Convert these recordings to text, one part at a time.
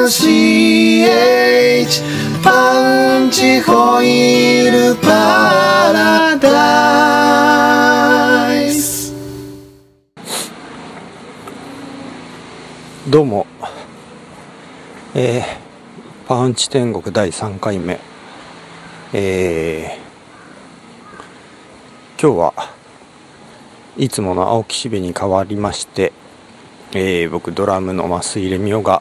PUNCH パンチホイールパラダイス。 どうも、パウンチ天国第3回目、今日はいつもの青木しべに代わりまして、僕ドラムの増井レミオが、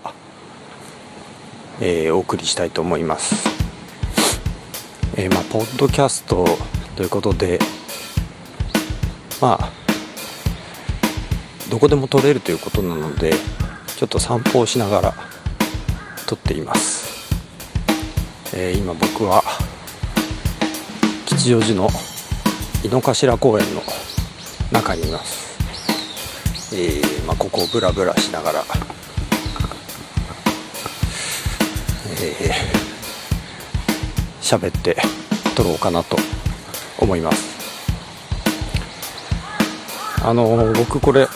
お送りしたいと思います。ポッドキャストということで、どこでも撮れるということなので、ちょっと散歩をしながら撮っています。今僕は吉祥寺の井の頭公園の中にいます。ここをブラブラしながら、喋って撮ろうかなと思います。僕これ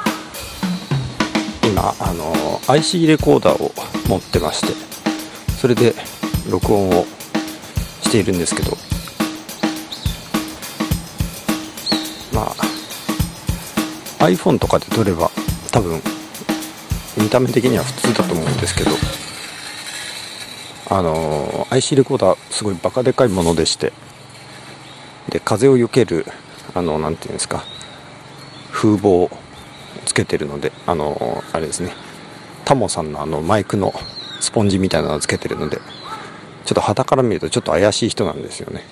今IC レコーダーを持ってまして、それで録音をしているんですけど、iPhone とかで撮れば多分見た目的には普通だと思うんですけど、IC レコーダーすごいバカでかいものでして、で風を避けるなんていうんですか、風防をつけてるので、あれですね、タモさんのマイクのスポンジみたいなのをつけてるので、ちょっと肌から見るとちょっと怪しい人なんですよね。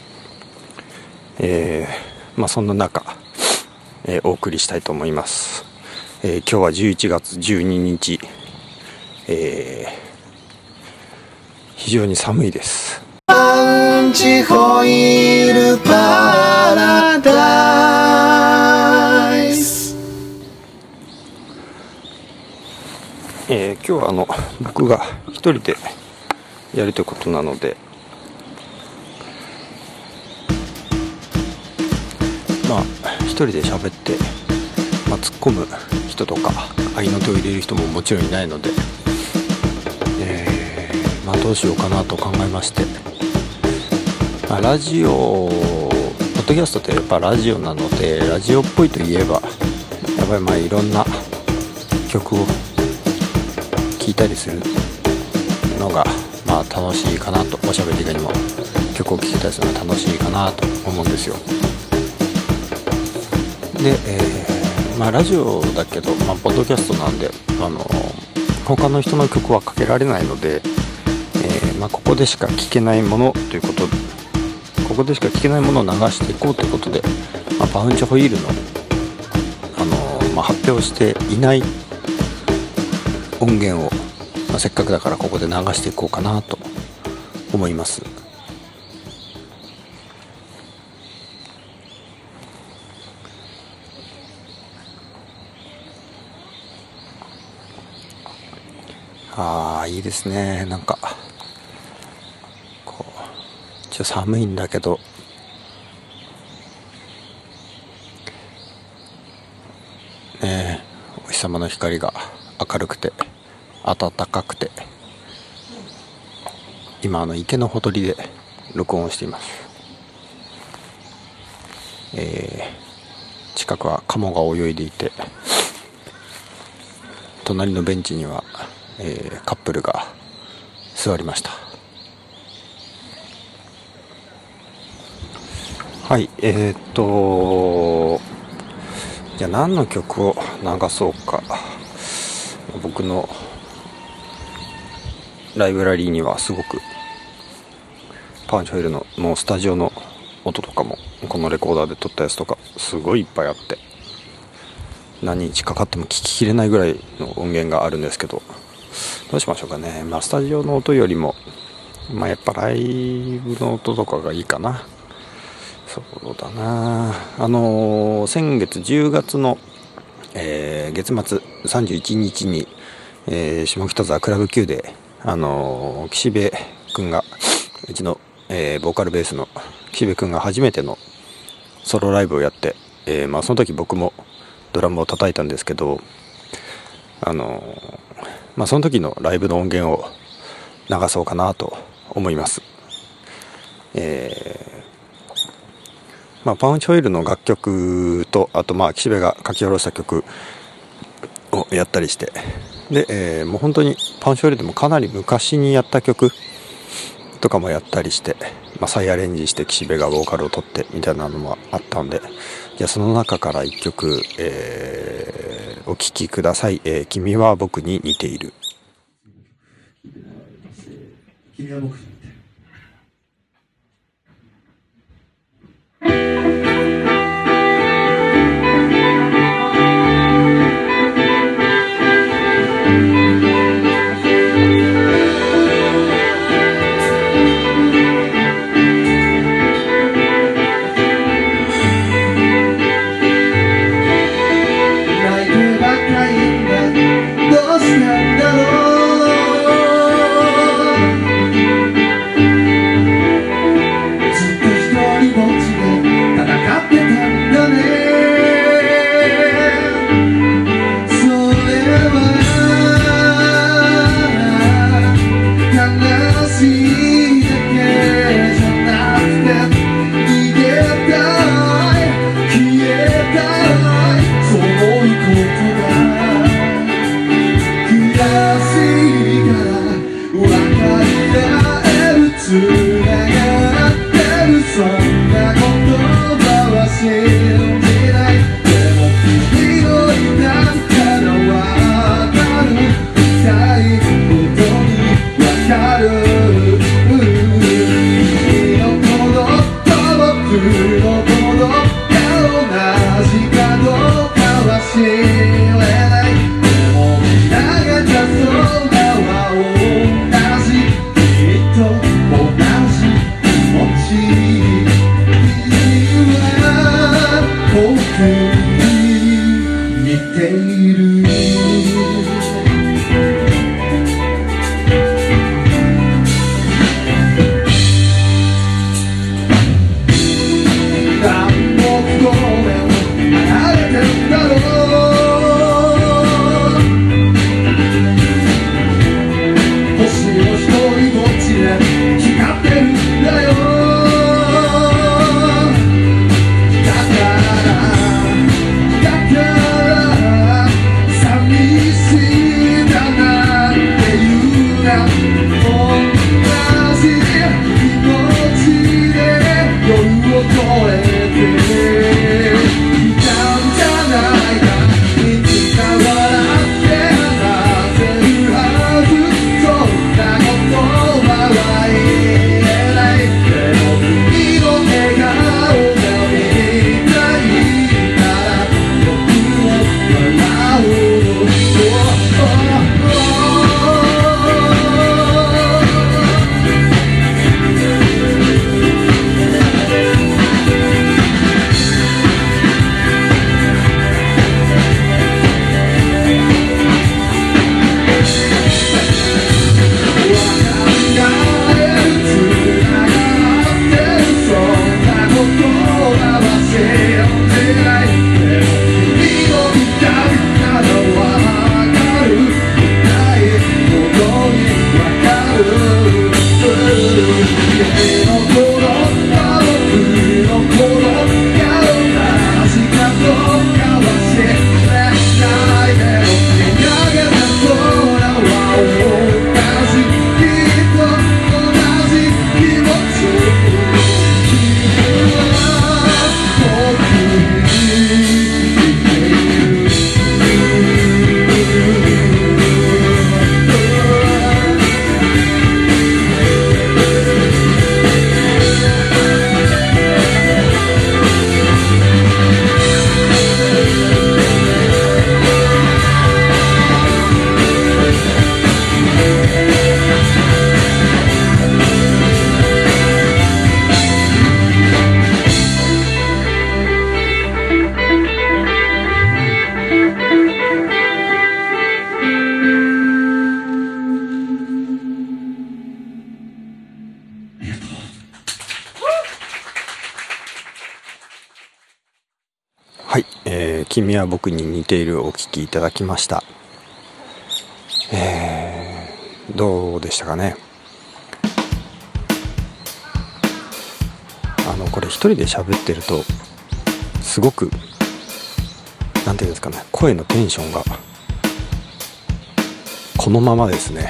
そんな中、お送りしたいと思います。今日は11月12日、非常に寒いです。 パンチホイールパラダイス。 今日は僕が一人でやるということなので、一人で喋って、突っ込む人とか合いの手を入れる人ももちろんいないので、どうしようかなと考えまして、ラジオ、ポッドキャストってやっぱラジオなので、ラジオっぽいといえばやっぱりいろんな曲を聴いたりするのが楽しいかなと、おしゃべり以外にも曲を聴けたりするのが楽しいかなと思うんですよ。で、ラジオだけど、ポッドキャストなんで他の人の曲はかけられないので、ここでしか聴けないものということで、ここでしか聴けないものを流していこうということで、パウンチホイールの、発表していない音源を、せっかくだからここで流していこうかなと思います。いいですね。なんかこうちょっと寒いんだけど、お日様の光が明るくて暖かくて、今池のほとりで録音をしています。近くはカモが泳いでいて、隣のベンチにはカップルが座りました。はい、じゃあ何の曲を流そうか。僕のライブラリーにはすごくパンチホイールのもうスタジオの音とかも、このレコーダーで撮ったやつとかすごいいっぱいあって、何日かかっても聞ききれないぐらいの音源があるんですけど、どうしましょうかね。スタジオの音よりも、やっぱライブの音とかがいいかな。そうだな。先月10月の、月末31日に、下北沢クラブ Q で岸辺くんが、うちの、ボーカルベースの岸辺くんが初めてのソロライブをやって、その時僕もドラムを叩いたんですけど、その時のライブの音源を流そうかなと思います。パウンチホイールの楽曲と、あと岸辺が書き下ろした曲をやったりして、で、もう本当にパウンチホイールでもかなり昔にやった曲とかもやったりして、再アレンジして岸辺がボーカルを取ってみたいなのもあったんで、じゃあその中から一曲、お聴きください。君は僕に似ている。 君は僕に似ている。 はい、君は僕に似ているお聞きいただきました。どうでしたかね。 れ一人で喋ってるとすごくなんていうんですかね、声のテンションがこのままですね。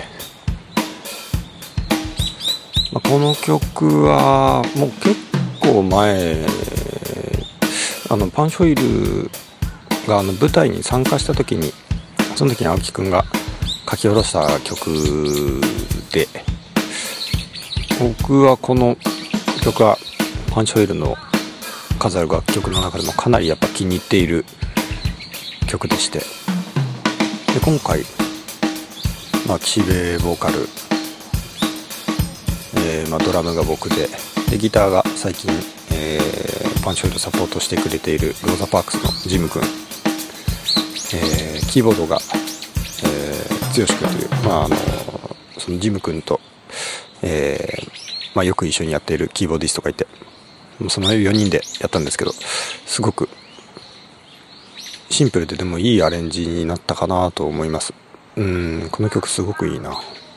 この曲はもう結構前、パンショイルが舞台に参加した時に、その時に青木くんが書き下ろした曲で、僕はこの曲はパンショイルの数ある楽曲の中でもかなりやっぱ気に入っている曲でして、で今回、岸辺ボーカル、ドラムが僕でギターが最近、パンショイルサポートしてくれているローザパークスのジム君、キーボードが、剛君という、そのジム君と、よく一緒にやっているキーボーディストがいて、その4人でやったんですけど、すごくシンプルででもいいアレンジになったかなと思います。この曲すごくいいな。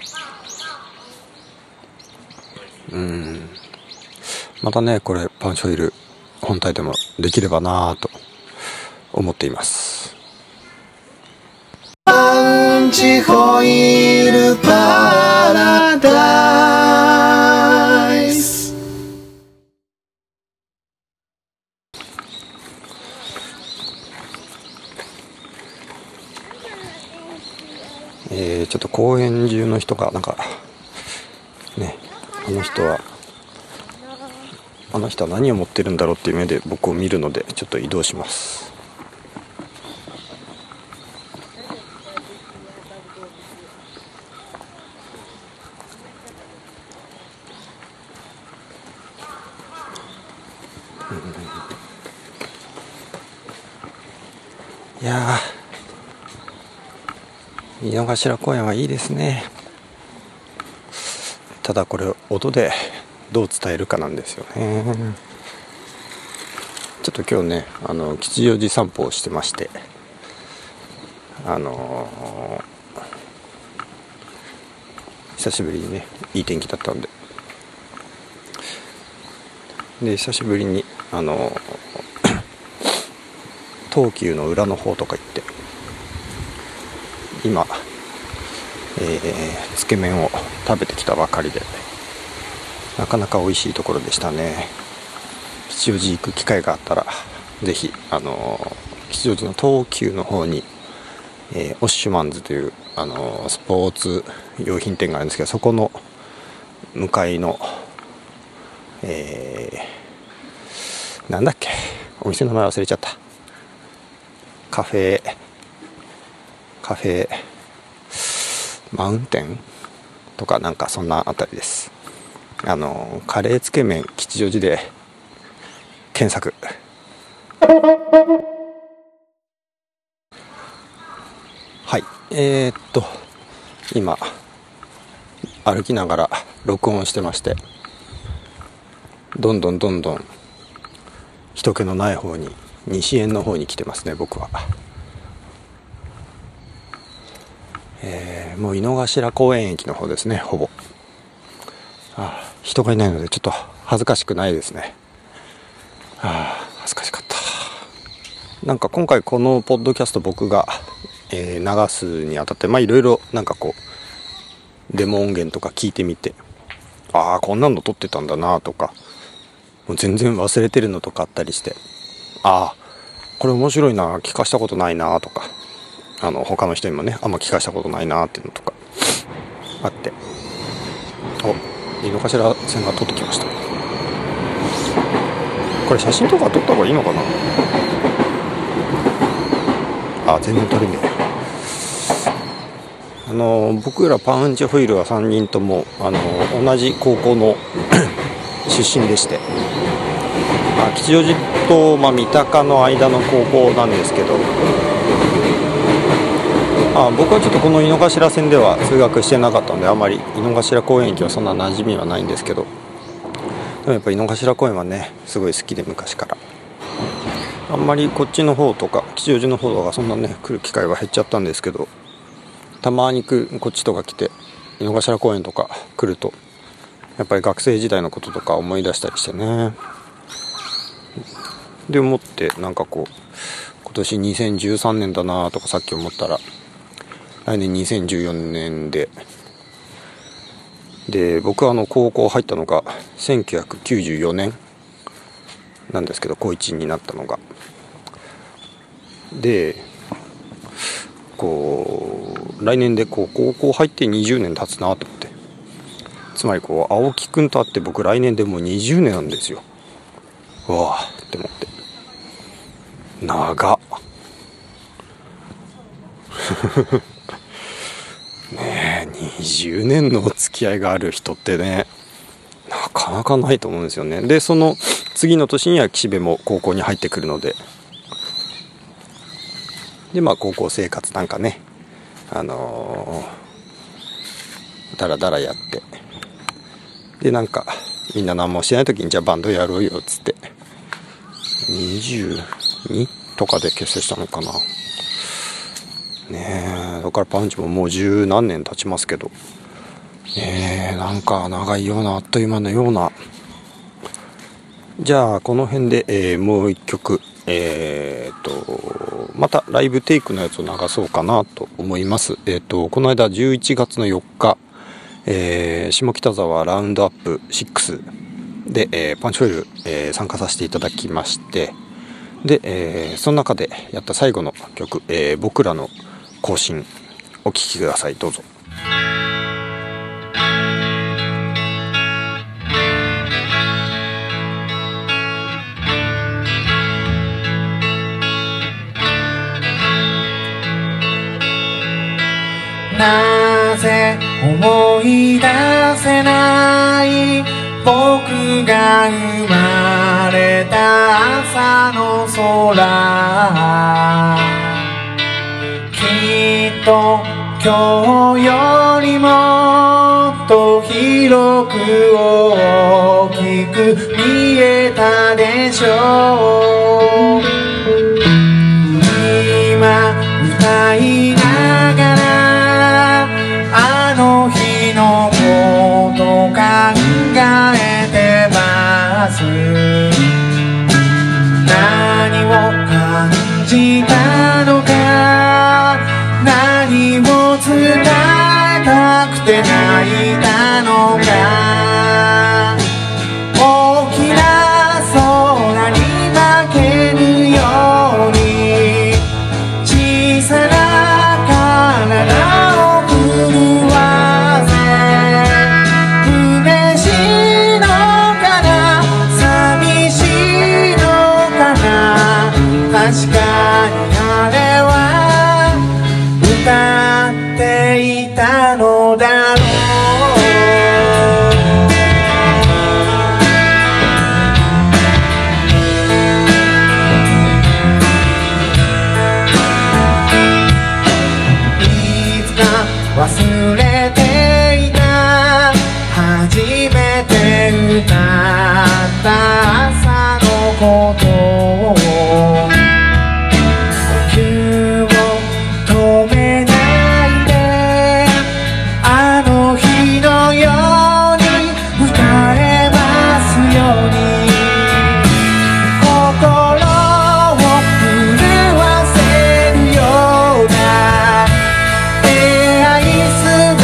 またね、これパンショイル本体でもできればなと思っています。 パンチホイールパラダイス。 ちょっと公園中の人がなんかね、あの人は何を持ってるんだろうっていう目で僕を見るので、ちょっと移動します。いやー、井の頭公園はいいですね。ただこれ音でどう伝えるかなんですよね。ちょっと今日ね、吉祥寺散歩をしてまして、久しぶりにね、いい天気だったんで、久しぶりに東急の裏の方とか行って、今、つけ麺を食べてきたばかりで、なかなか美味しいところでしたね。吉祥寺行く機会があったらぜひ吉祥寺の東急の方に、オッシュマンズというスポーツ用品店があるんですけど、そこの向かいの、なんだっけ、お店の名前忘れちゃった。カフェマウンテンとかなんかそんなあたりです。カレーつけ麺吉祥寺で検索。はい、今歩きながら録音してまして、どんどん人気のない方に、西園の方に来てますね、僕は。もう井の頭公園駅の方ですね、ほぼ。人がいないのでちょっと恥ずかしくないですね。恥ずかしかった。なんか今回このポッドキャスト僕が、流すにあたって、いろいろなんかこうデモ音源とか聞いてみて、こんなの撮ってたんだなとか、もう全然忘れてるのとかあったりして、これ面白いな、聞かしたことないなとか、他の人にもね、あんま聞かしたことないなっていうのとかあって、井の頭線が通ってきました。これ写真とか撮った方がいいのかな。全然撮れねえ。僕らパンチホイールは3人とも同じ高校の出身でして、吉祥寺と、三鷹の間の高校なんですけど、僕はちょっとこの井の頭線では通学してなかったので、あまり井の頭公園駅はそんな馴染みはないんですけど、でもやっぱり井の頭公園はね、すごい好きで、昔から。あんまりこっちの方とか吉祥寺の方とかそんなね、来る機会は減っちゃったんですけど、たまにこっちとか来て井の頭公園とか来ると、やっぱり学生時代のこととか思い出したりしてね、 で思ってなんかこう今年2013年だなとかさっき思ったら来年2014年で僕は高校入ったのが1994年なんですけど、高1になったのがでこう来年でこう高校入って20年経つなと思って、つまりこう青木くんと会って僕来年でもう20年なんですよ。うわーって思って長っねえ、20年のお付き合いがある人ってねなかなかないと思うんですよね。でその次の年には岸辺も高校に入ってくるので、まあ高校生活なんかねだらだらやって、でなんかみんな何もしない時にじゃあバンドやろうよっつって22とかで結成したのかなねえ。だからパンチももう十何年経ちますけどなんか長いようなあっという間のような。じゃあこの辺で、もう一曲またライブテイクのやつを流そうかなと思います。この間11月の4日、下北沢ラウンドアップ6で、パンチホイール、参加させていただきまして、で、その中でやった最後の曲、僕らの更新お聴きください。どうぞ。 なぜ思い出せない僕が生まれた朝の空、きっと今日よりもっと広く大きく見えたでしょう。今歌いながらあの日のこと考えてます。何を感じたのか、何を伝えたくて泣いたのか、大きな空に負けるように小さな体を震わせ、嬉しいのかな寂しいのかな、確かにあれは歌っていたのだろう。忘れていた初めて歌った朝のことを、呼吸を止めないであの日のように歌えますように、心を震わせるような出会いす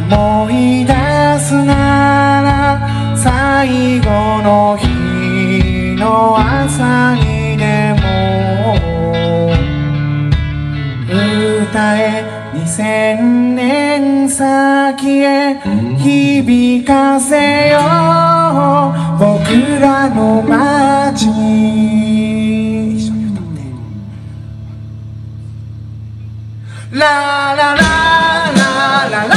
思い出すなら最後の日の朝にでも歌え2000年先へ響かせよう僕らの街に一緒に歌ってラララララララララ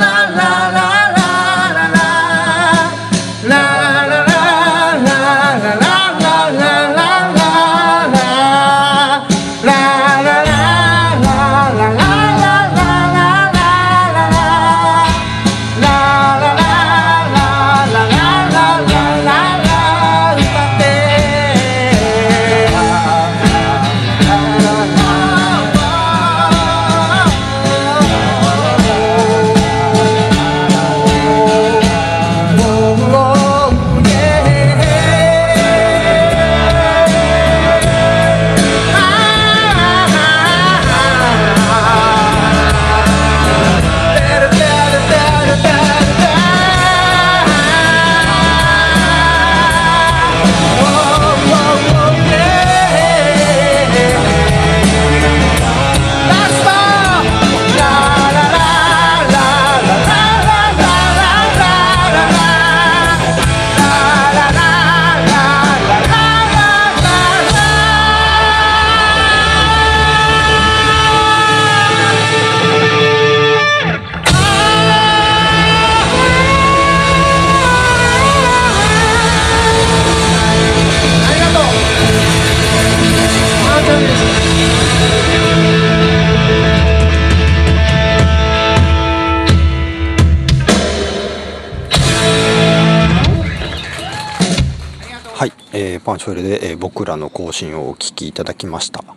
はい、パンチョイルで、僕らの更新をお聞きいただきました。あ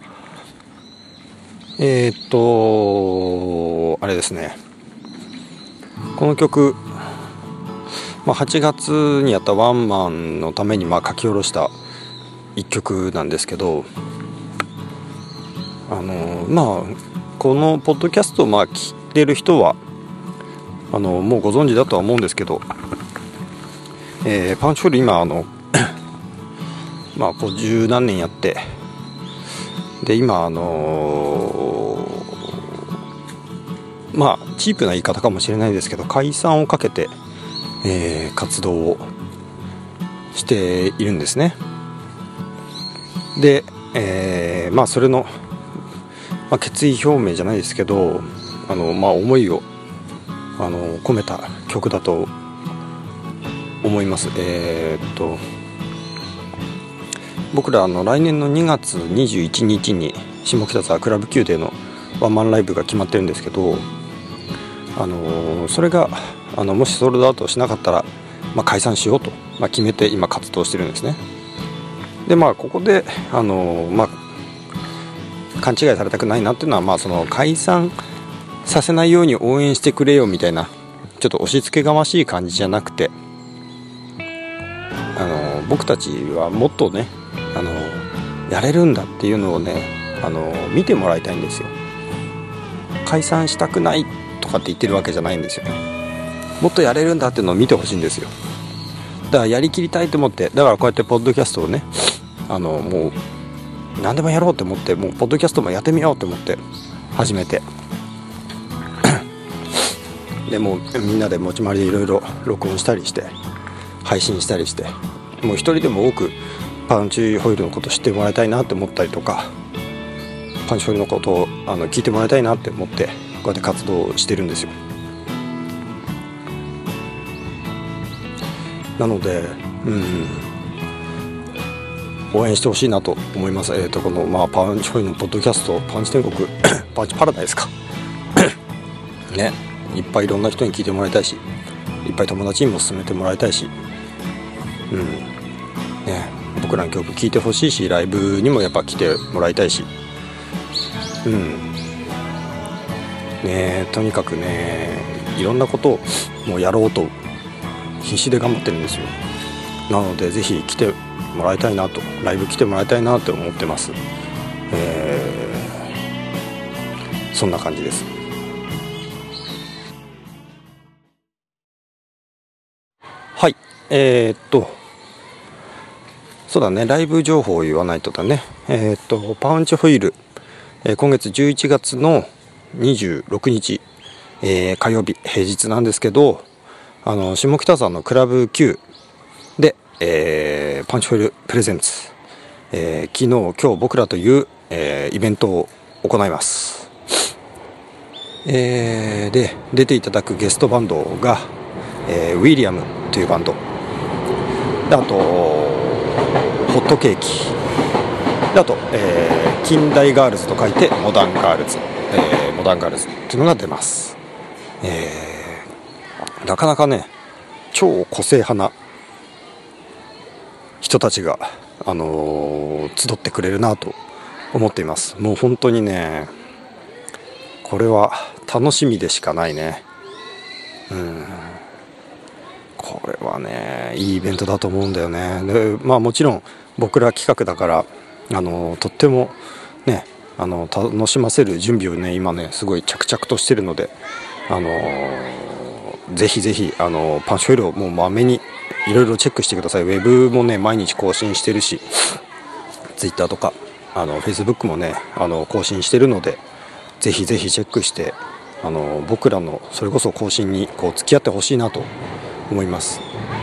れですね、この曲、8月にやったワンマンのために書き下ろした一曲なんですけど、このポッドキャストを聞いてる人はもうご存知だとは思うんですけど、パンチョイル今こう十何年やって、で今チープな言い方かもしれないですけど、解散をかけて、活動をしているんですね。で、それの、決意表明じゃないですけど、思いを込めた曲だと思います。僕ら来年の2月21日に下北沢クラブ Q でのワンマンライブが決まってるんですけど、それがもしソールドアウトしなかったら、解散しようと、決めて今活動してるんですね。でここで勘違いされたくないなっていうのは、その解散させないように応援してくれよみたいなちょっと押し付けがましい感じじゃなくて、僕たちはもっとねやれるんだっていうのをね見てもらいたいんですよ。解散したくないとかって言ってるわけじゃないんですよね。もっとやれるんだっていうのを見てほしいんですよ。だからやりきりたいと思って、だからこうやってポッドキャストをねもう何でもやろうと思って、もうポッドキャストもやってみようと思って始めてでもみんなで持ち回りでいろいろ録音したりして配信したりして、もう一人でも多くパンチホイールのことを知ってもらいたいなって思ったりとか、パンチホイールのことを聞いてもらいたいなって思ってこうやって活動してるんですよ。なので応援してほしいなと思います。このパンチホイールのポッドキャスト、パンチ天国パンチパラダイスかね、いっぱいいろんな人に聞いてもらいたいし、いっぱい友達にも勧めてもらいたいし、僕らの曲聴いてほしいし、ライブにもやっぱ来てもらいたいし、とにかくね、いろんなことをもうやろうと必死で頑張ってるんですよ。なのでぜひ来てもらいたいなと、ライブ来てもらいたいなと思ってます。そんな感じです。 はい、そうだね、ライブ情報を言わないとだね。パウンチホイール、今月11月の26日、火曜日平日なんですけど、下北沢のクラブ Q で、パンチホイールプレゼンツ、昨日今日僕らという、イベントを行います。で出ていただくゲストバンドが、ウィリアムというバンドで、あとホットケーキで、あと、近代ガールズと書いてモダンガールズ、モダンガールズっていうのが出ます。なかなかね、超個性派な人たちが、集ってくれるなと思っています。もう本当にね、これは楽しみでしかないね。これはね、いいイベントだと思うんだよね。で、もちろん僕ら企画だから、とってもね、楽しませる準備をね、今ねすごい着々としてるので、ぜひぜひパンチホイールをもうまめにいろいろチェックしてください。ウェブもね毎日更新してるし、ツイッターとかフェイスブックもね更新してるので、ぜひぜひチェックして、僕らのそれこそ更新にこう付き合ってほしいなと思います。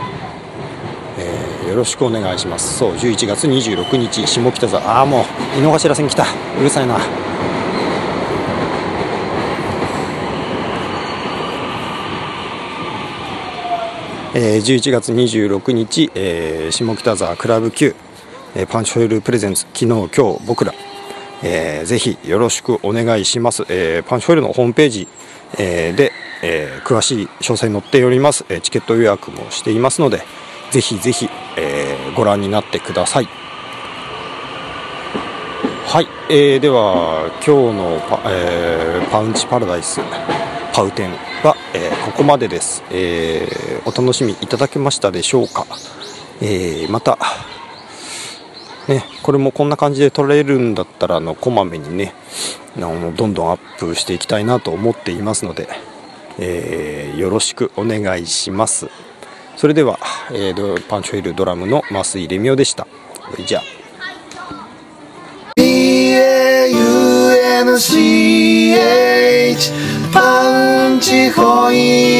よろしくお願いします。そう、11月26日下北沢、もう井の頭線来た、うるさいな。11月26日、下北沢クラブ Q、パンチホイールプレゼンツ昨日今日僕ら、ぜひよろしくお願いします。パンチホイールのホームページ、で、詳しい詳細載っております。チケット予約もしていますので、ぜひぜひ、ご覧になってください。はい、では今日のパウンチパラダイスパウテンは、ここまでです。お楽しみいただけましたでしょうか。またね、これもこんな感じで撮れるんだったらこまめにねどんどんアップしていきたいなと思っていますので、よろしくお願いします。それでは、パンチホイールドラムの増井レミオでした。じゃあ PAUNCH パンチホイール